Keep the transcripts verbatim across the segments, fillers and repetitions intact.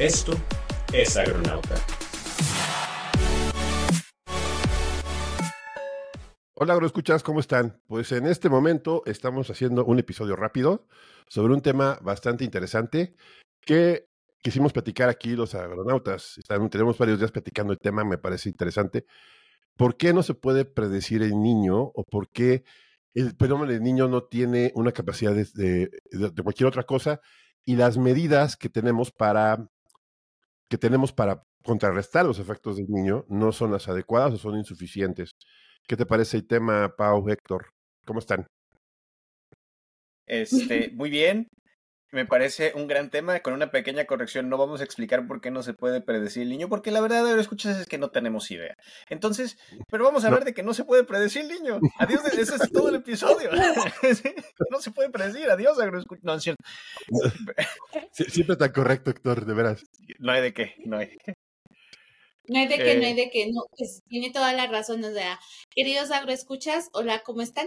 Esto es Agronauta. Hola, agroescuchas, ¿cómo están? Pues en este momento estamos haciendo un episodio rápido sobre un tema bastante interesante que quisimos platicar aquí los agronautas. Están, tenemos varios días platicando el tema, me parece interesante. ¿Por qué no se puede predecir el niño o por qué el fenómeno del niño no tiene una capacidad de, de, de cualquier otra cosa y las medidas que tenemos para que tenemos para contrarrestar los efectos del niño no son las adecuadas o son insuficientes? ¿Qué te parece el tema, Pau, Héctor? ¿Cómo están? Este, muy bien. Me parece un gran tema. Con una pequeña corrección, no vamos a explicar por qué no se puede predecir el niño, porque la verdad, ahora escuchas, es que no tenemos idea. Entonces, pero vamos a No. hablar de que no se puede predecir el niño. Adiós, ese es todo el episodio. No se puede predecir. Adiós, agroescucha. No, es cierto. Sie- Siempre tan correcto, Héctor, de veras. No hay de qué, no hay de qué. No hay de qué, no hay Eh, de qué, no, pues tiene toda la razón, o sea, queridos agroescuchas, hola, ¿cómo están?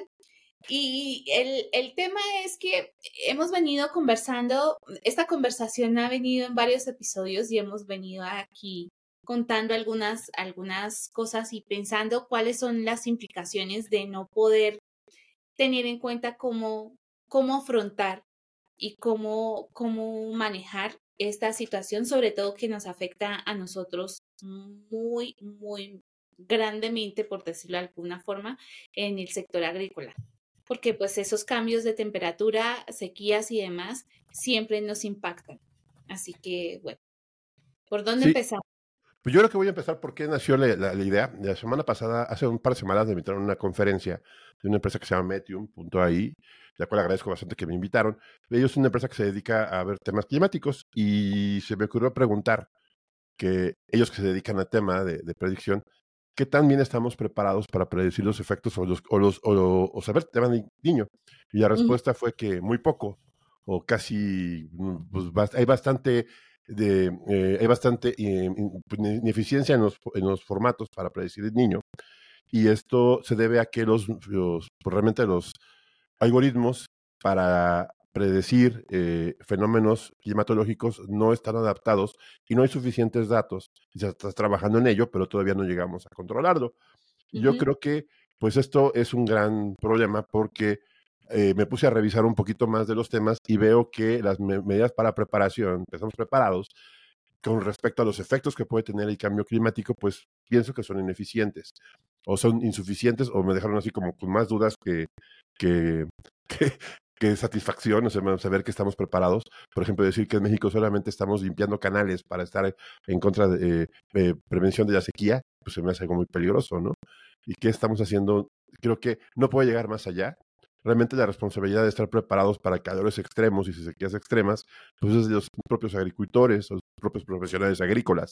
Y el, el tema es que hemos venido conversando, esta conversación ha venido en varios episodios y hemos venido aquí contando algunas, algunas cosas y pensando cuáles son las implicaciones de no poder tener en cuenta cómo, cómo afrontar y cómo, cómo manejar esta situación, sobre todo que nos afecta a nosotros muy, muy grandemente, por decirlo de alguna forma, en el sector agrícola. Porque pues esos cambios de temperatura, sequías y demás siempre nos impactan. Así que, bueno, ¿por dónde Sí, empezamos? pues yo creo que voy a empezar por qué nació la, la- la idea. La semana pasada, hace un par de semanas, me invitaron a una conferencia de una empresa que se llama Metium, punto ahí, la cual agradezco bastante que me invitaron. Ellos son una empresa que se dedica a ver temas climáticos y se me ocurrió preguntar que ellos que se dedican al tema de, de predicción, ¿qué tan bien estamos preparados para predecir los efectos o, los, o, los, o, lo- o saber el tema del niño? Y la Ujú, respuesta fue que muy poco, o casi, mm, pues bast- hay bastante, de, eh, hay bastante eh, in- pues, ine- ineficiencia en los, en los formatos para predecir el niño. Y esto se debe a que los, los pues, realmente los algoritmos para predecir eh, fenómenos climatológicos no están adaptados y no hay suficientes datos. Y se está trabajando en ello, pero todavía no llegamos a controlarlo. Y yo ujú, creo que pues esto es un gran problema porque eh, me puse a revisar un poquito más de los temas y veo que las me- medidas para preparación, estamos preparados con respecto a los efectos que puede tener el cambio climático, pues pienso que son ineficientes o son insuficientes o me dejaron así como con más dudas que, que, que, que satisfacción, o sea, saber que estamos preparados. Por ejemplo, decir que en México solamente estamos limpiando canales para estar en contra de eh, eh, prevención de la sequía, pues se me hace algo muy peligroso, ¿no? ¿Y qué estamos haciendo? Creo que no puede llegar más allá. Realmente la responsabilidad de estar preparados para calores extremos y sequías extremas, pues es de los propios agricultores, los propios profesionales agrícolas,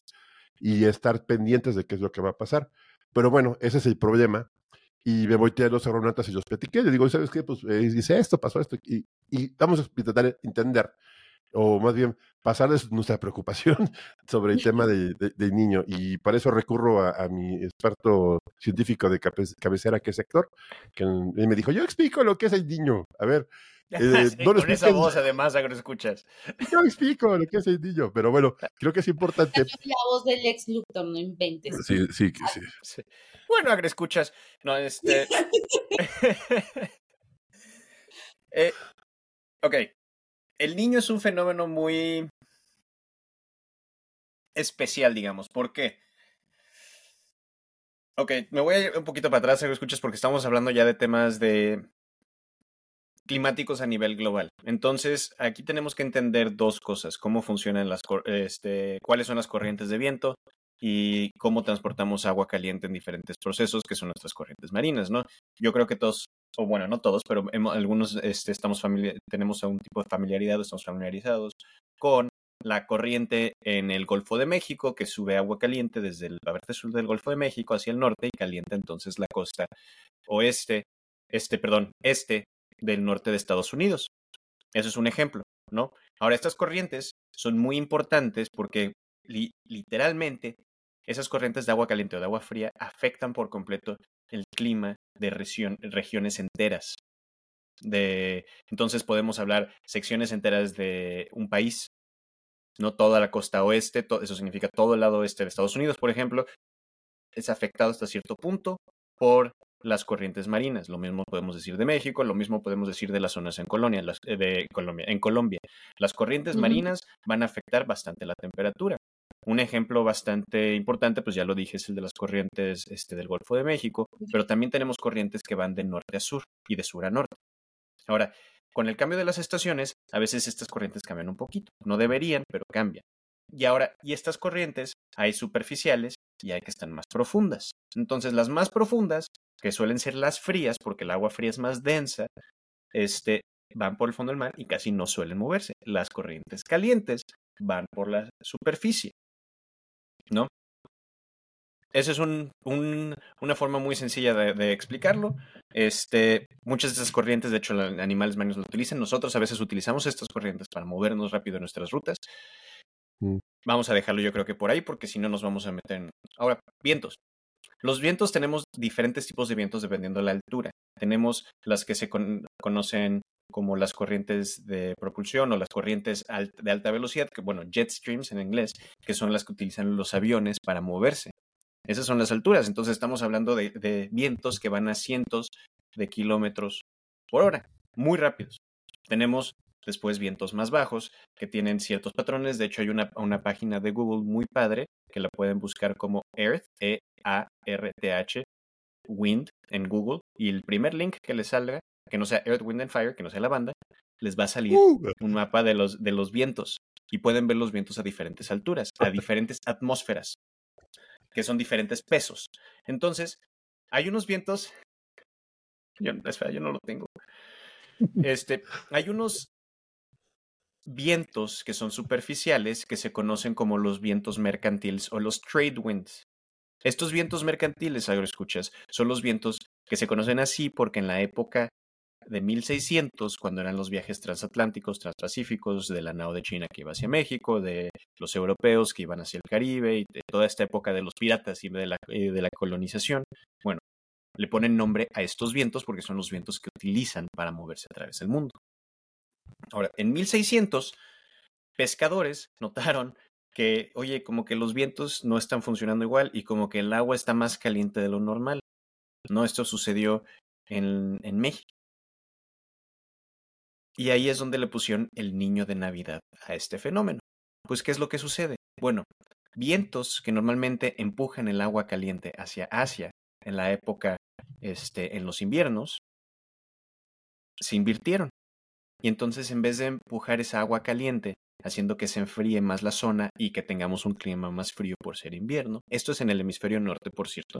y estar pendientes de qué es lo que va a pasar. Pero bueno, ese es el problema. Y me volteé a los agronautas y los platiqué. Le digo, ¿sabes qué? Pues eh, dice esto, pasó esto. Y, y vamos a intentar entender, o más bien pasarles nuestra preocupación sobre el tema de, de, del niño. Y para eso recurro a, a mi experto científico de cabe, cabecera, que es Héctor, que él me dijo, yo explico lo que es el niño. A ver, eh, sí, no lo con esa expliques. voz, además, agroescuchas. Yo explico lo que es el niño, pero bueno, creo que es importante. la voz del ex Luthor, no inventes. Sí, sí, sí. Sí. Bueno, agroescuchas. No, este. eh, ok. El niño es un fenómeno muy especial, digamos. ¿Por qué? Ok, me voy a ir un poquito para atrás, escuchas, porque estamos hablando ya de temas de climáticos a nivel global. Entonces, aquí tenemos que entender dos cosas: cómo funcionan las, este, cuáles son las corrientes de viento y cómo transportamos agua caliente en diferentes procesos, que son nuestras corrientes marinas, ¿no? Yo creo que todos, o bueno, no todos, pero hemos, algunos este, estamos familiar, tenemos un tipo de familiaridad, estamos familiarizados con la corriente en el Golfo de México, que sube agua caliente desde la parte sur del Golfo de México hacia el norte y calienta entonces la costa oeste, este, perdón, este del norte de Estados Unidos. Eso es un ejemplo, ¿no? Ahora, estas corrientes son muy importantes porque li literalmente esas corrientes de agua caliente o de agua fría afectan por completo el clima de región, regiones enteras. De, entonces podemos hablar secciones enteras de un país No toda la costa oeste, to- eso significa todo el lado oeste de Estados Unidos, por ejemplo, es afectado hasta cierto punto por las corrientes marinas. Lo mismo podemos decir de México, lo mismo podemos decir de las zonas en Colonia, las, eh, de Colombia, en Colombia. Las corrientes Ujú. marinas van a afectar bastante la temperatura. Un ejemplo bastante importante, pues ya lo dije, es el de las corrientes este, del Golfo de México, pero también tenemos corrientes que van de norte a sur y de sur a norte. Ahora, con el cambio de las estaciones, a veces estas corrientes cambian un poquito. No deberían, pero cambian. Y ahora, y estas corrientes hay superficiales y hay que están más profundas. Entonces, las más profundas, que suelen ser las frías, porque el agua fría es más densa, este, van por el fondo del mar y casi no suelen moverse. Las corrientes calientes van por la superficie, ¿no? Esa es un, un, una forma muy sencilla de, de explicarlo. Este, muchas de estas corrientes, de hecho, los animales marinos lo utilizan. Nosotros a veces utilizamos estas corrientes para movernos rápido en nuestras rutas. Mm. Vamos a dejarlo yo creo que por ahí, porque si no nos vamos a meter en... Ahora, vientos. Los vientos tenemos diferentes tipos de vientos dependiendo de la altura. Tenemos las que se con- conocen como las corrientes de propulsión o las corrientes al- de alta velocidad, que bueno, jet streams en inglés, que son las que utilizan los aviones para moverse. Esas son las alturas, entonces estamos hablando de, de vientos que van a cientos de kilómetros por hora, muy rápidos. Tenemos después vientos más bajos que tienen ciertos patrones. De hecho, hay una, una página de Google muy padre que la pueden buscar como Earth, E A R T H, Wind en Google. Y el primer link que les salga, que no sea Earth, Wind and Fire, que no sea la banda, les va a salir Uh, un mapa de los, de los vientos. Y pueden ver los vientos a diferentes alturas, a diferentes atmósferas, que son diferentes pesos. Entonces, hay unos vientos... Yo, espera, yo no lo tengo. Este, hay unos vientos que son superficiales que se conocen como los vientos mercantiles o los trade winds. Estos vientos mercantiles, agroescuchas, son los vientos que se conocen así porque en la época de mil seiscientos, cuando eran los viajes transatlánticos, transpacíficos, de la nao de China que iba hacia México, de los europeos que iban hacia el Caribe y de toda esta época de los piratas y de la, y de la colonización, bueno, le ponen nombre a estos vientos porque son los vientos que utilizan para moverse a través del mundo. Ahora, en mil seiscientos, pescadores notaron que, oye, como que los vientos no están funcionando igual y como que el agua está más caliente de lo normal. No, esto sucedió en, en México. Y ahí es donde le pusieron el niño de Navidad a este fenómeno. Pues, ¿qué es lo que sucede? Bueno, vientos que normalmente empujan el agua caliente hacia Asia en la época, este, en los inviernos, se invirtieron. Y entonces, en vez de empujar esa agua caliente, haciendo que se enfríe más la zona y que tengamos un clima más frío por ser invierno, esto es en el hemisferio norte, por cierto,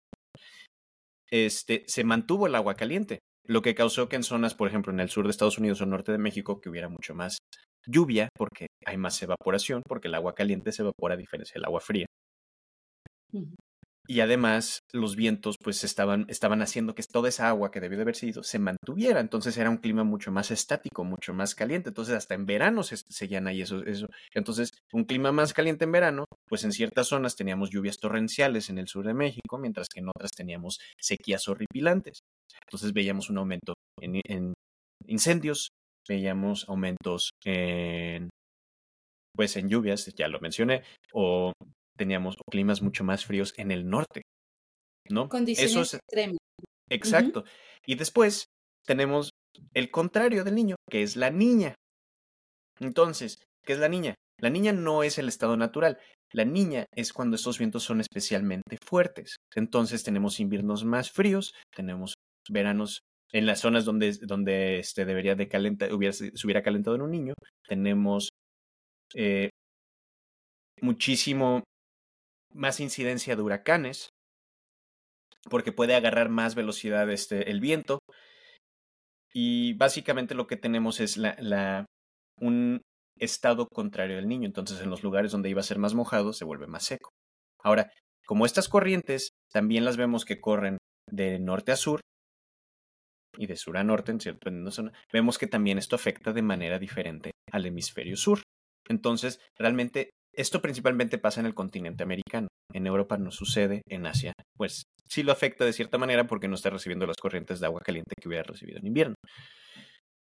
este, se mantuvo el agua caliente, lo que causó que en zonas, por ejemplo, en el sur de Estados Unidos o norte de México, que hubiera mucho más lluvia, porque hay más evaporación, porque el agua caliente se evapora a diferencia del agua fría. Ujú. Y además los vientos pues estaban, estaban haciendo que toda esa agua que debió de haber sido se mantuviera. Entonces era un clima mucho más estático, mucho más caliente. Entonces hasta en verano se seguían ahí eso, eso. Entonces un clima más caliente en verano, pues en ciertas zonas teníamos lluvias torrenciales en el sur de México, mientras que en otras teníamos sequías horripilantes. Entonces veíamos un aumento en, en incendios, veíamos aumentos en, pues en lluvias, ya lo mencioné, o teníamos climas mucho más fríos en el norte, ¿no? Condiciones Eso es extremas. exacto. Uh-huh. Y después tenemos el contrario del niño, que es la niña. Entonces, ¿qué es la niña? La niña no es el estado natural. La niña es cuando estos vientos son especialmente fuertes. Entonces tenemos inviernos más fríos, tenemos veranos en las zonas donde, donde este debería de calentar, hubiera, se hubiera calentado en un niño, tenemos eh, muchísimo más incidencia de huracanes, porque puede agarrar más velocidad este, el viento. Y básicamente lo que tenemos es la, la, un estado contrario del niño. Entonces, en los lugares donde iba a ser más mojado, se vuelve más seco. Ahora, como estas corrientes también las vemos que corren de norte a sur y de sur a norte, en cierta zona, vemos que también esto afecta de manera diferente al hemisferio sur. Entonces, realmente, esto principalmente pasa en el continente americano. En Europa no sucede, en Asia, pues sí lo afecta de cierta manera porque no está recibiendo las corrientes de agua caliente que hubiera recibido en invierno.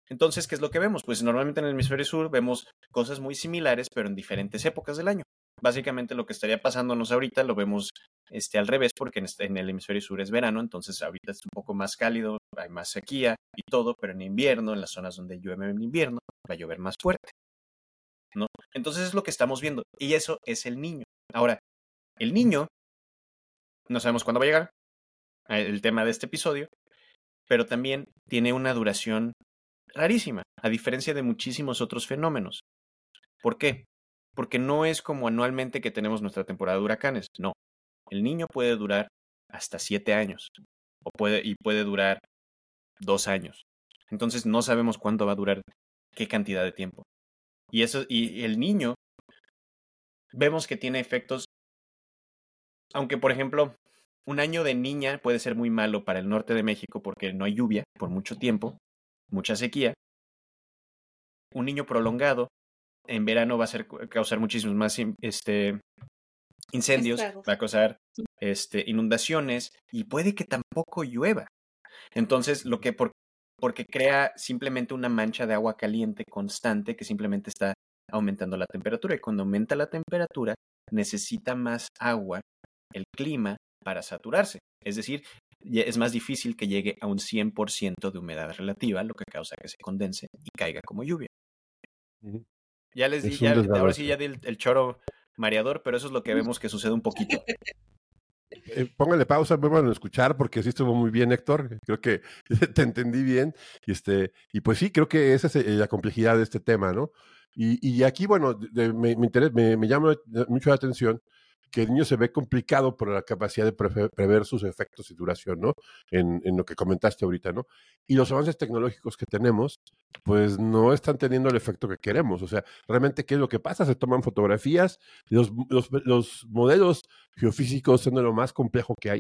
Entonces, ¿qué es lo que vemos? Pues normalmente en el hemisferio sur vemos cosas muy similares, pero en diferentes épocas del año. Básicamente lo que estaría pasándonos ahorita lo vemos este, al revés, porque en, este, en el hemisferio sur es verano, entonces ahorita es un poco más cálido, hay más sequía y todo, pero en invierno, en las zonas donde llueve en invierno, va a llover más fuerte, ¿no? Entonces es lo que estamos viendo, y eso es el niño. Ahora, el niño, no sabemos cuándo va a llegar, el tema de este episodio, pero también tiene una duración rarísima, a diferencia de muchísimos otros fenómenos. ¿Por qué? Porque no es como anualmente que tenemos nuestra temporada de huracanes. No. El niño puede durar hasta siete años. O puede, y puede durar dos años. Entonces no sabemos cuánto va a durar, qué cantidad de tiempo. Y eso, y el niño, vemos que tiene efectos. Aunque, por ejemplo, un año de niña puede ser muy malo para el norte de México porque no hay lluvia por mucho tiempo, mucha sequía. Un niño prolongado en verano va a ser, causar muchísimos más este, incendios, Estragos. va a causar este, inundaciones y puede que tampoco llueva. Entonces, lo que por, porque crea simplemente una mancha de agua caliente constante que simplemente está aumentando la temperatura. Y cuando aumenta la temperatura, necesita más agua el clima para saturarse. Es decir, es más difícil que llegue a un cien por ciento de humedad relativa, lo que causa que se condense y caiga como lluvia. Ujú. Ya les di, Es un ya, ahora desbalance. sí ya di el, el choro mareador, pero eso es lo que vemos que sucede un poquito. Eh, póngale pausa, vuelvan a escuchar porque sí estuvo muy bien, Héctor. Creo que te entendí bien. Y, este, y pues sí, creo que esa es eh, la complejidad de este tema, ¿no? Y, y aquí, bueno, de- de- me, me, interesa- me, me llama mucho la atención que el niño se ve complicado por la capacidad de prefe- prever sus efectos y duración, ¿no? En, en lo que comentaste ahorita, ¿no? Y los avances tecnológicos que tenemos, pues no están teniendo el efecto que queremos. O sea, realmente, ¿qué es lo que pasa? Se toman fotografías, los, los, los modelos geofísicos son de lo más complejo que hay.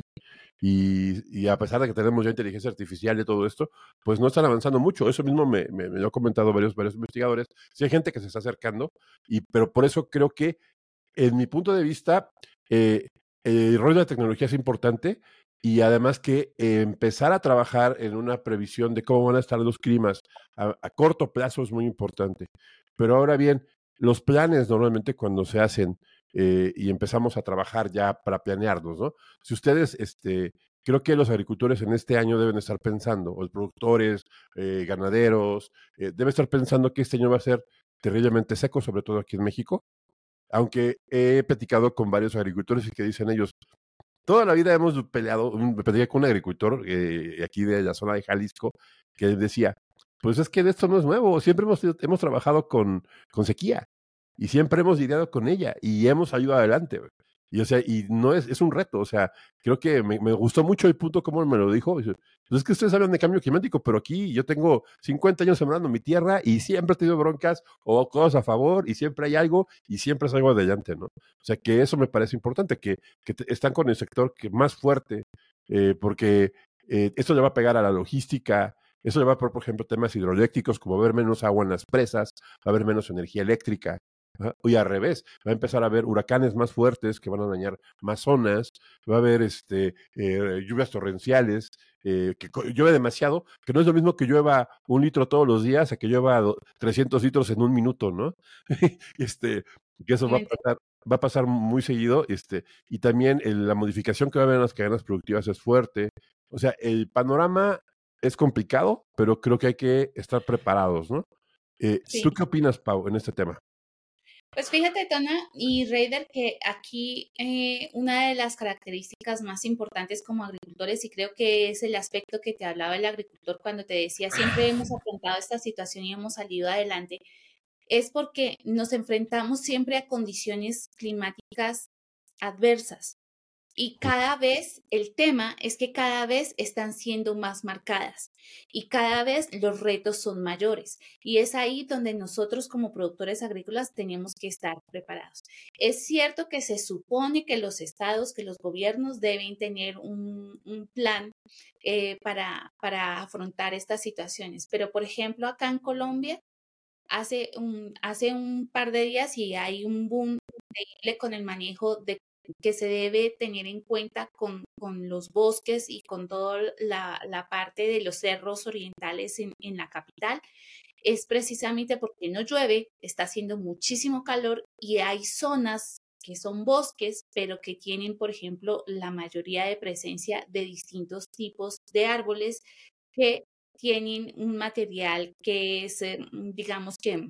Y, y, a pesar de que tenemos ya inteligencia artificial y todo esto, pues no están avanzando mucho. Eso mismo me, me, me lo han comentado varios, varios investigadores. Sí hay gente que se está acercando, y, pero por eso creo que, en mi punto de vista, eh, el rol de la tecnología es importante, y además que eh, empezar a trabajar en una previsión de cómo van a estar los climas a, a corto plazo es muy importante. Pero ahora bien, los planes normalmente cuando se hacen eh, y empezamos a trabajar ya para planearnos, ¿no? Si ustedes, este, creo que los agricultores en este año deben estar pensando, o los productores, eh, ganaderos, eh, deben estar pensando que este año va a ser terriblemente seco, sobre todo aquí en México, aunque he platicado con varios agricultores y que dicen ellos, toda la vida hemos peleado, me peleé con un agricultor eh, aquí de la zona de Jalisco, que decía, pues es que de esto no es nuevo, siempre hemos, hemos trabajado con, con sequía, y siempre hemos lidiado con ella, y hemos salido adelante. Y, o sea, y no es, es un reto, o sea, creo que me, me gustó mucho el punto como me lo dijo. Pues es que ustedes hablan de cambio climático, pero aquí yo tengo cincuenta años sembrando mi tierra y siempre he tenido broncas o cosas a favor, y siempre hay algo, y siempre salgo adelante, ¿no? O sea, que eso me parece importante, que, que te, están con el sector que más fuerte, eh, porque eh, esto le va a pegar a la logística, eso le va a poner, por ejemplo, temas hidroeléctricos, como va a haber menos agua en las presas, va a haber menos energía eléctrica. ¿Ah? Y al revés, va a empezar a haber huracanes más fuertes que van a dañar más zonas, va a haber este, eh, lluvias torrenciales, eh, que llueve demasiado, que no es lo mismo que llueva un litro todos los días a que llueva trescientos litros en un minuto, ¿no? este, que eso va a pasar, va a pasar muy seguido, este, y también el, la modificación que va a haber en las cadenas productivas es fuerte. O sea, el panorama es complicado, pero creo que hay que estar preparados, ¿no? Eh, ¿Tú Sí. qué opinas, Pau, en este tema? Pues fíjate, Tona y Raider, que aquí eh, una de las características más importantes como agricultores, y creo que es el aspecto que te hablaba el agricultor cuando te decía, siempre hemos afrontado esta situación y hemos salido adelante, es porque nos enfrentamos siempre a condiciones climáticas adversas. Y cada vez, el tema es que cada vez están siendo más marcadas y cada vez los retos son mayores. Y es ahí donde nosotros como productores agrícolas tenemos que estar preparados. Es cierto que se supone que los estados, que los gobiernos deben tener un, un plan eh, para, para afrontar estas situaciones. Pero, por ejemplo, acá en Colombia, hace un, hace un par de días y hay un boom increíble con el manejo de que se debe tener en cuenta con, con los bosques y con toda la, la parte de los cerros orientales en, en la capital, es precisamente porque no llueve, está haciendo muchísimo calor y hay zonas que son bosques, pero que tienen, por ejemplo, la mayoría de presencia de distintos tipos de árboles que tienen un material que es, eh, digamos que,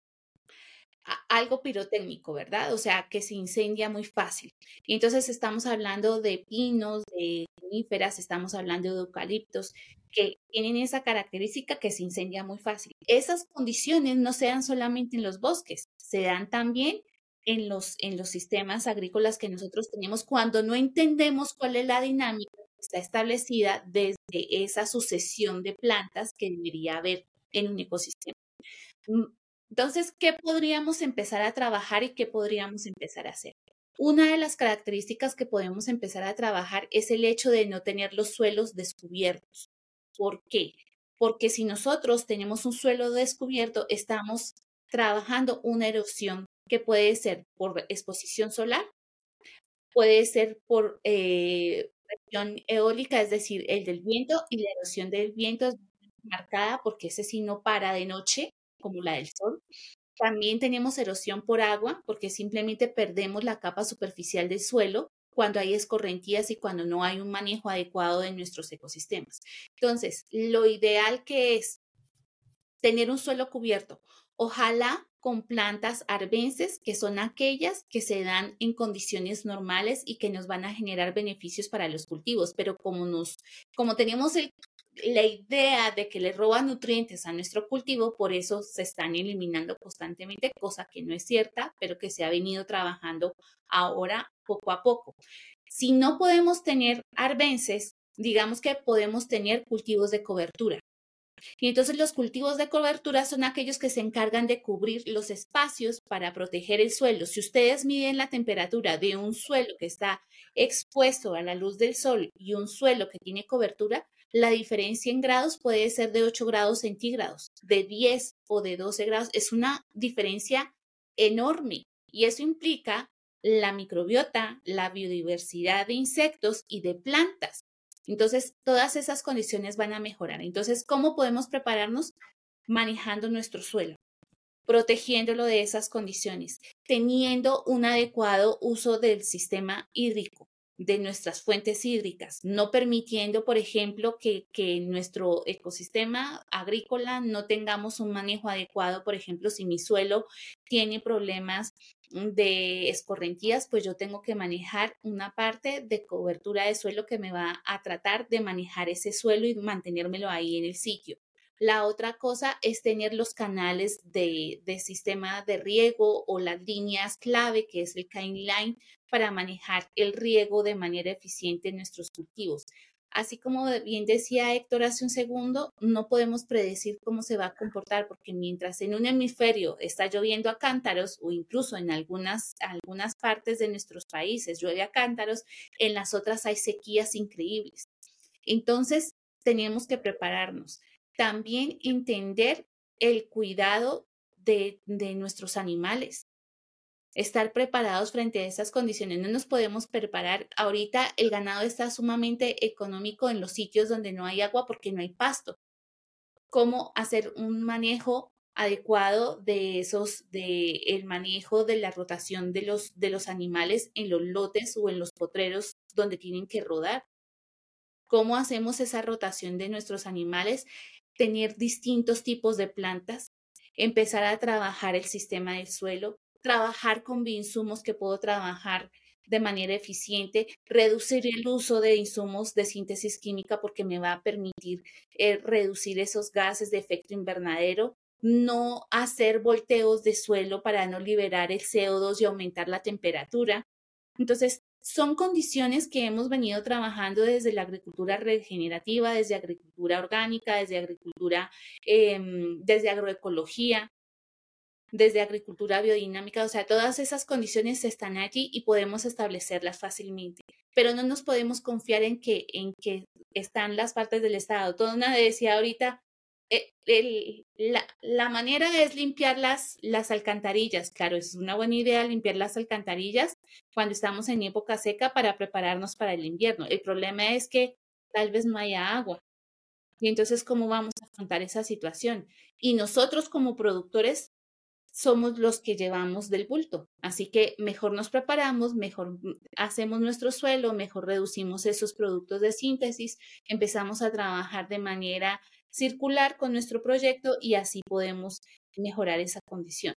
a- algo pirotécnico, ¿verdad? O sea, que se incendia muy fácil. Y entonces estamos hablando de pinos, de coníferas, estamos hablando de eucaliptos, que tienen esa característica que se incendia muy fácil. Esas condiciones no se dan solamente en los bosques, se dan también en los, en los sistemas agrícolas que nosotros tenemos cuando no entendemos cuál es la dinámica que está establecida desde esa sucesión de plantas que debería haber en un ecosistema. Mm, Entonces, ¿qué podríamos empezar a trabajar y qué podríamos empezar a hacer? Una de las características que podemos empezar a trabajar es el hecho de no tener los suelos descubiertos. ¿Por qué? Porque si nosotros tenemos un suelo descubierto, estamos trabajando una erosión que puede ser por exposición solar, puede ser por eh, presión eólica, es decir, el del viento, y la erosión del viento es marcada porque ese sí no para de noche, como la del sol. También tenemos erosión por agua, porque simplemente perdemos la capa superficial del suelo cuando hay escorrentías y cuando no hay un manejo adecuado de nuestros ecosistemas. Entonces, lo ideal que es tener un suelo cubierto, ojalá con plantas arbences, que son aquellas que se dan en condiciones normales y que nos van a generar beneficios para los cultivos, pero como nos, como tenemos el, la idea de que le roban nutrientes a nuestro cultivo, por eso se están eliminando constantemente, cosa que no es cierta, pero que se ha venido trabajando ahora poco a poco. Si no podemos tener arbences, digamos que podemos tener cultivos de cobertura. Y entonces los cultivos de cobertura son aquellos que se encargan de cubrir los espacios para proteger el suelo. Si ustedes miden la temperatura de un suelo que está expuesto a la luz del sol y un suelo que tiene cobertura, la diferencia en grados puede ser de ocho grados centígrados, de diez o de doce grados. Es una diferencia enorme y eso implica la microbiota, la biodiversidad de insectos y de plantas. Entonces, todas esas condiciones van a mejorar. Entonces, ¿cómo podemos prepararnos? Manejando nuestro suelo, protegiéndolo de esas condiciones, teniendo un adecuado uso del sistema hídrico, de nuestras fuentes hídricas, no permitiendo, por ejemplo, que, que en nuestro ecosistema agrícola no tengamos un manejo adecuado. Por ejemplo, si mi suelo tiene problemas de escorrentías, pues yo tengo que manejar una parte de cobertura de suelo que me va a tratar de manejar ese suelo y mantenérmelo ahí en el sitio. La otra cosa es tener los canales de, de sistema de riego o las líneas clave, que es el cane line, para manejar el riego de manera eficiente en nuestros cultivos. Así como bien decía Héctor hace un segundo, no podemos predecir cómo se va a comportar, porque mientras en un hemisferio está lloviendo a cántaros, o incluso en algunas, algunas partes de nuestros países llueve a cántaros, en las otras hay sequías increíbles. Entonces, tenemos que prepararnos. También entender el cuidado de, de nuestros animales. Estar preparados frente a esas condiciones. No nos podemos preparar. Ahorita el ganado está sumamente económico en los sitios donde no hay agua porque no hay pasto. ¿Cómo hacer un manejo adecuado de esos, de el manejo de la rotación de los, de los animales en los lotes o en los potreros donde tienen que rodar? ¿Cómo hacemos esa rotación de nuestros animales? Tener distintos tipos de plantas, empezar a trabajar el sistema del suelo, trabajar con bioinsumos que puedo trabajar de manera eficiente, reducir el uso de insumos de síntesis química porque me va a permitir eh, reducir esos gases de efecto invernadero, no hacer volteos de suelo para no liberar el C O dos y aumentar la temperatura. Entonces, son condiciones que hemos venido trabajando desde la agricultura regenerativa, desde agricultura orgánica, desde agricultura, eh, desde agroecología, desde agricultura biodinámica. O sea, todas esas condiciones están allí y podemos establecerlas fácilmente. Pero no nos podemos confiar en que, en que están las partes del Estado. Tona decía ahorita, eh, el- la, la manera es limpiar las, las alcantarillas. Claro, es una buena idea limpiar las alcantarillas cuando estamos en época seca para prepararnos para el invierno. El problema es que tal vez no haya agua. Y entonces, ¿cómo vamos a afrontar esa situación? Y nosotros como productores somos los que llevamos del bulto. Así que mejor nos preparamos, mejor hacemos nuestro suelo, mejor reducimos esos productos de síntesis, empezamos a trabajar de manera circular con nuestro proyecto y así podemos mejorar esa condición.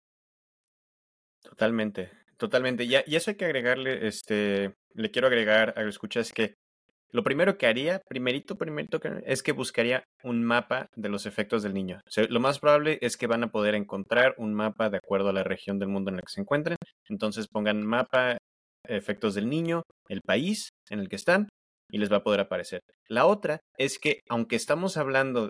Totalmente, totalmente. Y, a- y eso hay que agregarle, este, le quiero agregar a escuchas que lo primero que haría, primerito, primerito, que- es que buscaría un mapa de los efectos del niño. O sea, lo más probable es que van a poder encontrar un mapa de acuerdo a la región del mundo en la que se encuentren. Entonces pongan mapa, efectos del niño, el país en el que están, y les va a poder aparecer. La otra es que, aunque estamos hablando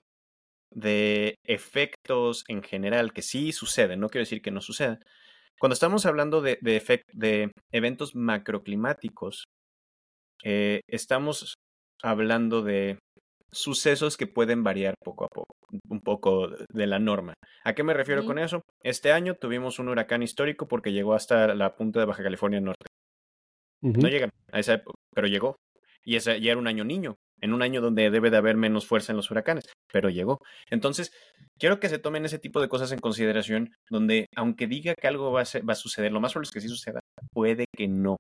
de efectos en general, que sí suceden, no quiero decir que no sucedan, cuando estamos hablando de, de, efect- de eventos macroclimáticos, eh, estamos hablando de sucesos que pueden variar poco a poco, un poco de la norma. ¿A qué me refiero con Ujú. eso? Este año tuvimos un huracán histórico porque llegó hasta la punta de Baja California Norte. No Ujú. llegan a esa época, pero llegó. Y ese ya era un año niño, en un año donde debe de haber menos fuerza en los huracanes, pero llegó. Entonces, quiero que se tomen ese tipo de cosas en consideración, donde aunque diga que algo va a, ser- va a suceder, lo más probable es que sí suceda, puede que no,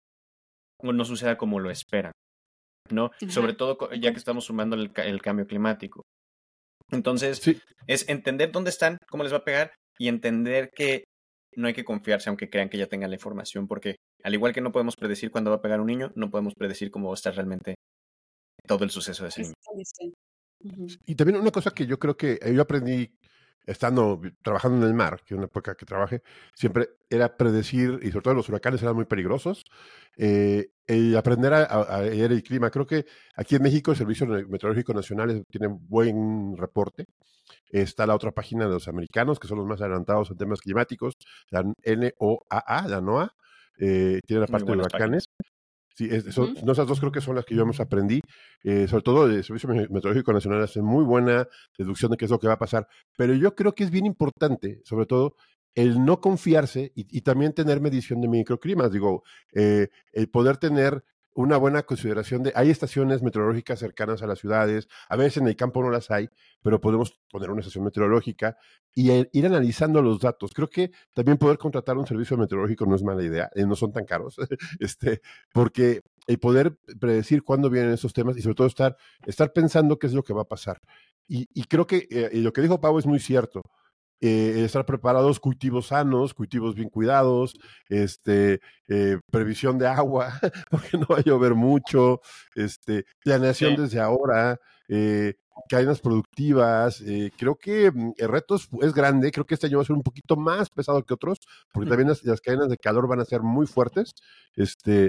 o no suceda como lo esperan, ¿no? Sobre Ajá. todo co- ya que estamos sumando el, ca- el cambio climático. Entonces, Sí, es entender dónde están, cómo les va a pegar y entender que no hay que confiarse aunque crean que ya tengan la información, porque al igual que no podemos predecir cuándo va a pegar un niño, no podemos predecir cómo va a estar realmente todo el suceso de ese niño. Esa condición. Ujú. y también una cosa que yo creo que eh, yo aprendí estando vi- trabajando en el mar, que una época que trabajé, siempre era predecir, y sobre todo los huracanes eran muy peligrosos, eh, el aprender a, a- a leer el clima. Creo que aquí en México el Servicio Meteorológico Nacional tiene buen reporte. Está la otra página de los americanos, que son los más adelantados en temas climáticos, la NOAA, la NOAA, eh, tiene la Muy parte de buenas páginas. huracanes. Sí, es- son, Ujú. no, esas dos creo que son las que yo más aprendí. Eh, sobre todo el Servicio Meteorológico Nacional hace muy buena deducción de qué es lo que va a pasar. Pero yo creo que es bien importante, sobre todo, el no confiarse y, y también tener medición de microclimas. Digo, eh, el poder tener una buena consideración de, hay estaciones meteorológicas cercanas a las ciudades, a veces en el campo no las hay, pero podemos poner una estación meteorológica y el- ir analizando los datos. Creo que también poder contratar un servicio meteorológico no es mala idea, eh, no son tan caros. este, porque el poder predecir cuándo vienen esos temas y sobre todo estar, estar pensando qué es lo que va a pasar. Y, y creo que eh, y lo que dijo Pau es muy cierto. Eh, estar preparados, cultivos sanos, cultivos bien cuidados, este, eh, previsión de agua, porque no va a llover mucho, este, planeación Sí. desde ahora, eh, cadenas productivas. Eh, creo que mm, el reto es, es grande, creo que este año va a ser un poquito más pesado que otros, porque también las, las cadenas de calor van a ser muy fuertes, este,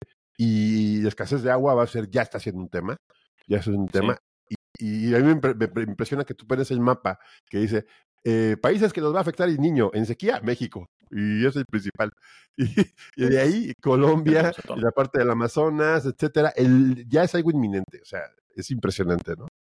y la escasez de agua va a ser, ya está siendo un tema, ya es un Sí. tema. Y, y a mí me, impre- me impresiona que tú pones el mapa que dice eh, países que nos va a afectar el niño en sequía, México, y es el principal. Y, y de ahí Colombia, Perdemos a y tono. la parte del Amazonas, etcétera, el, ya es algo inminente, o sea, es impresionante, ¿no?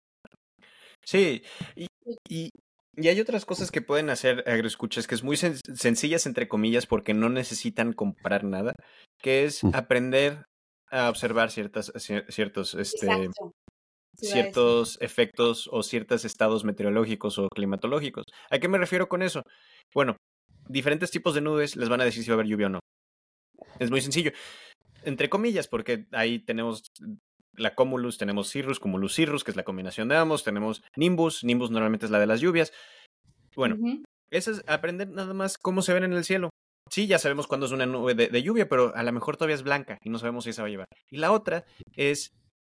Sí, y, y, y hay otras cosas que pueden hacer agroescuchas que es muy sen- sencillas, entre comillas, porque no necesitan comprar nada, que es Mm. aprender a observar ciertas, cier- ciertos, este, Exacto. Sí, iba a decir. ciertos efectos o ciertos estados meteorológicos o climatológicos. ¿A qué me refiero con eso? Bueno, diferentes tipos de nubes les van a decir si va a haber lluvia o no. Es muy sencillo, entre comillas, porque ahí tenemos la cumulus, tenemos cirrus, cumulus cirrus, que es la combinación de ambos, tenemos nimbus, nimbus normalmente es la de las lluvias. Bueno, Ujú. eso es aprender nada más cómo se ven en el cielo. Sí, ya sabemos cuándo es una nube de, de lluvia, pero a lo mejor todavía es blanca y no sabemos si esa va a llevar. Y la otra es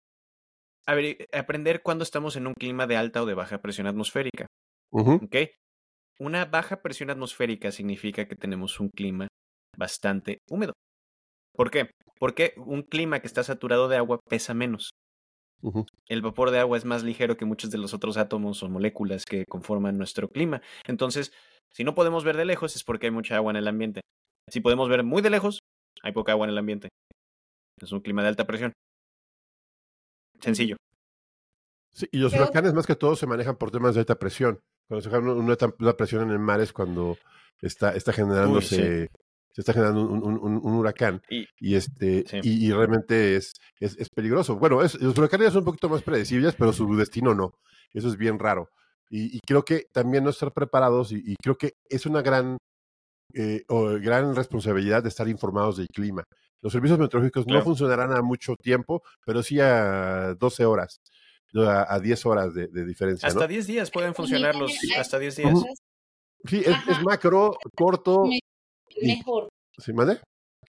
a ver, aprender cuándo estamos en un clima de alta o de baja presión atmosférica. Ujú. ¿Ok? Una baja presión atmosférica significa que tenemos un clima bastante húmedo. ¿Por qué? Porque un clima que está saturado de agua pesa menos. Ujú. El vapor de agua es más ligero que muchos de los otros átomos o moléculas que conforman nuestro clima. Entonces, si no podemos ver de lejos es porque hay mucha agua en el ambiente. Si podemos ver muy de lejos, hay poca agua en el ambiente. Es un clima de alta presión. Sencillo. Sí, y los Creo huracanes más que todo se manejan por temas de alta presión. Cuando se genera una, una presión en el mar es cuando está, está generándose, Uy, sí. se está generando un, un, un, un huracán y, y este sí. y, y realmente es, es, es peligroso. Bueno, es, los huracanes son un poquito más predecibles, pero su destino no. Eso es bien raro. Y, y creo que también no estar preparados, y, y creo que es una gran, eh, o gran responsabilidad de estar informados del clima. Los servicios meteorológicos claro. no funcionarán a mucho tiempo, pero sí a doce horas. A, a diez horas de, de diferencia. Hasta ¿no? diez días pueden funcionar los, hasta diez días. Uh-huh. Sí, es, es macro, corto. Me, y, mejor. ¿Sí, madre?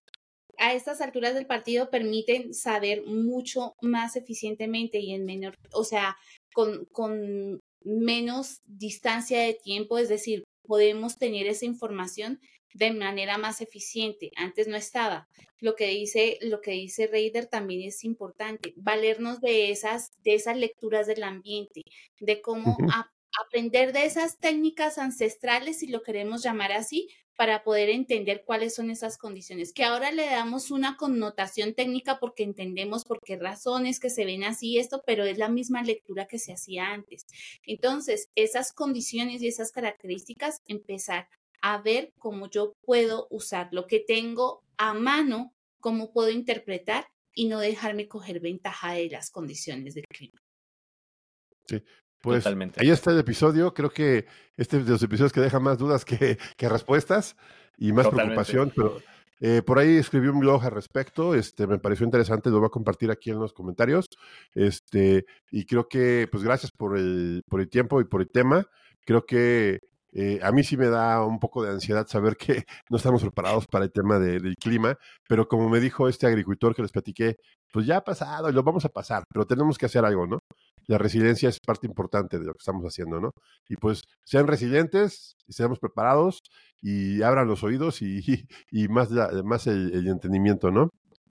A estas alturas del partido permiten saber mucho más eficientemente y en menor, o sea, con, con menos distancia de tiempo, es decir, podemos tener esa información de manera más eficiente. Antes no estaba. Lo que dice, lo que dice Raider también es importante, valernos de esas, de esas lecturas del ambiente, de cómo uh-huh. a, aprender de esas técnicas ancestrales, si lo queremos llamar así, para poder entender cuáles son esas condiciones, que ahora le damos una connotación técnica porque entendemos por qué razones que se ven así esto, pero es la misma lectura que se hacía antes. Entonces, esas condiciones y esas características, empezar a ver cómo yo puedo usar lo que tengo a mano, cómo puedo interpretar y no dejarme coger ventaja de las condiciones del clima. Sí. Pues Totalmente. Ahí está el episodio. Creo que este es de los episodios que deja más dudas que, que respuestas y más Totalmente. preocupación, pero eh, por ahí escribí un blog al respecto. Este, me pareció interesante, lo voy a compartir aquí en los comentarios. Este, y creo que, pues gracias por el, por el tiempo y por el tema. Creo que eh, a mí sí me da un poco de ansiedad saber que no estamos preparados para el tema de, del clima, pero como me dijo este agricultor que les platiqué, pues ya ha pasado y lo vamos a pasar, pero tenemos que hacer algo, ¿no? La resiliencia es parte importante de lo que estamos haciendo, ¿no? Y pues sean resilientes, y seamos preparados y abran los oídos y, y, y más, la, más el, el entendimiento, ¿no?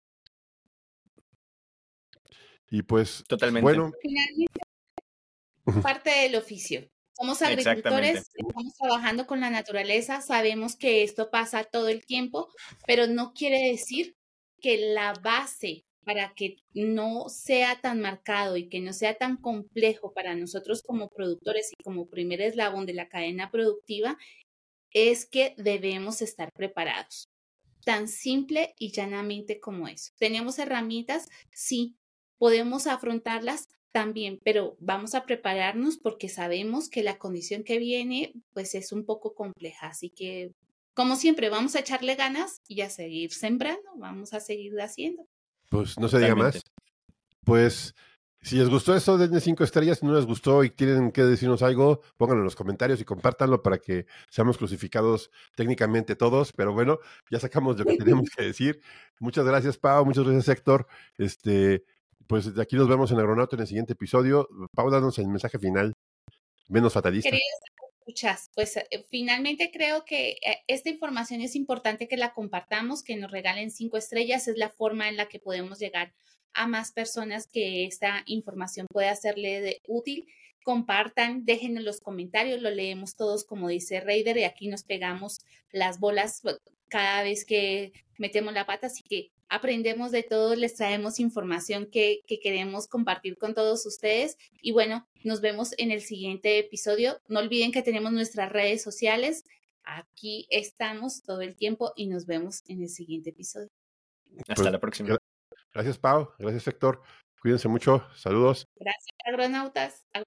Y pues, Totalmente. bueno. Finalmente, parte del oficio. Somos agricultores, estamos trabajando con la naturaleza, sabemos que esto pasa todo el tiempo, pero no quiere decir que la base para que no sea tan marcado y que no sea tan complejo para nosotros como productores y como primer eslabón de la cadena productiva, es que debemos estar preparados. Tan simple y llanamente como eso. ¿Tenemos herramientas? Sí. ¿Podemos afrontarlas? También, pero vamos a prepararnos porque sabemos que la condición que viene pues es un poco compleja. Así que, como siempre, vamos a echarle ganas y a seguir sembrando, vamos a seguir haciendo. Pues no se diga más. Pues si les gustó esto, denle cinco estrellas. Si no les gustó y tienen que decirnos algo, pónganlo en los comentarios y compártanlo para que seamos crucificados técnicamente todos. Pero bueno, ya sacamos lo que tenemos que decir. Muchas gracias, Pau. Muchas gracias, Héctor. Este, pues de aquí nos vemos en Agronauta en el siguiente episodio. Pau, danos el mensaje final, menos fatalista. Queridos escuchas, pues eh, finalmente creo que eh, esta información es importante que la compartamos, que nos regalen cinco estrellas. Es la forma en la que podemos llegar a más personas que esta información pueda serle de útil. Compartan, déjenos los comentarios, lo leemos todos como dice Raider y aquí nos pegamos las bolas cada vez que metemos la pata, así que aprendemos de todos, les traemos información que, que queremos compartir con todos ustedes y bueno, nos vemos en el siguiente episodio. No olviden que tenemos nuestras redes sociales, aquí estamos todo el tiempo y nos vemos en el siguiente episodio. Hasta pues, la próxima. Gracias, Pau. Gracias, Héctor. Cuídense mucho. Saludos. Gracias, agronautas.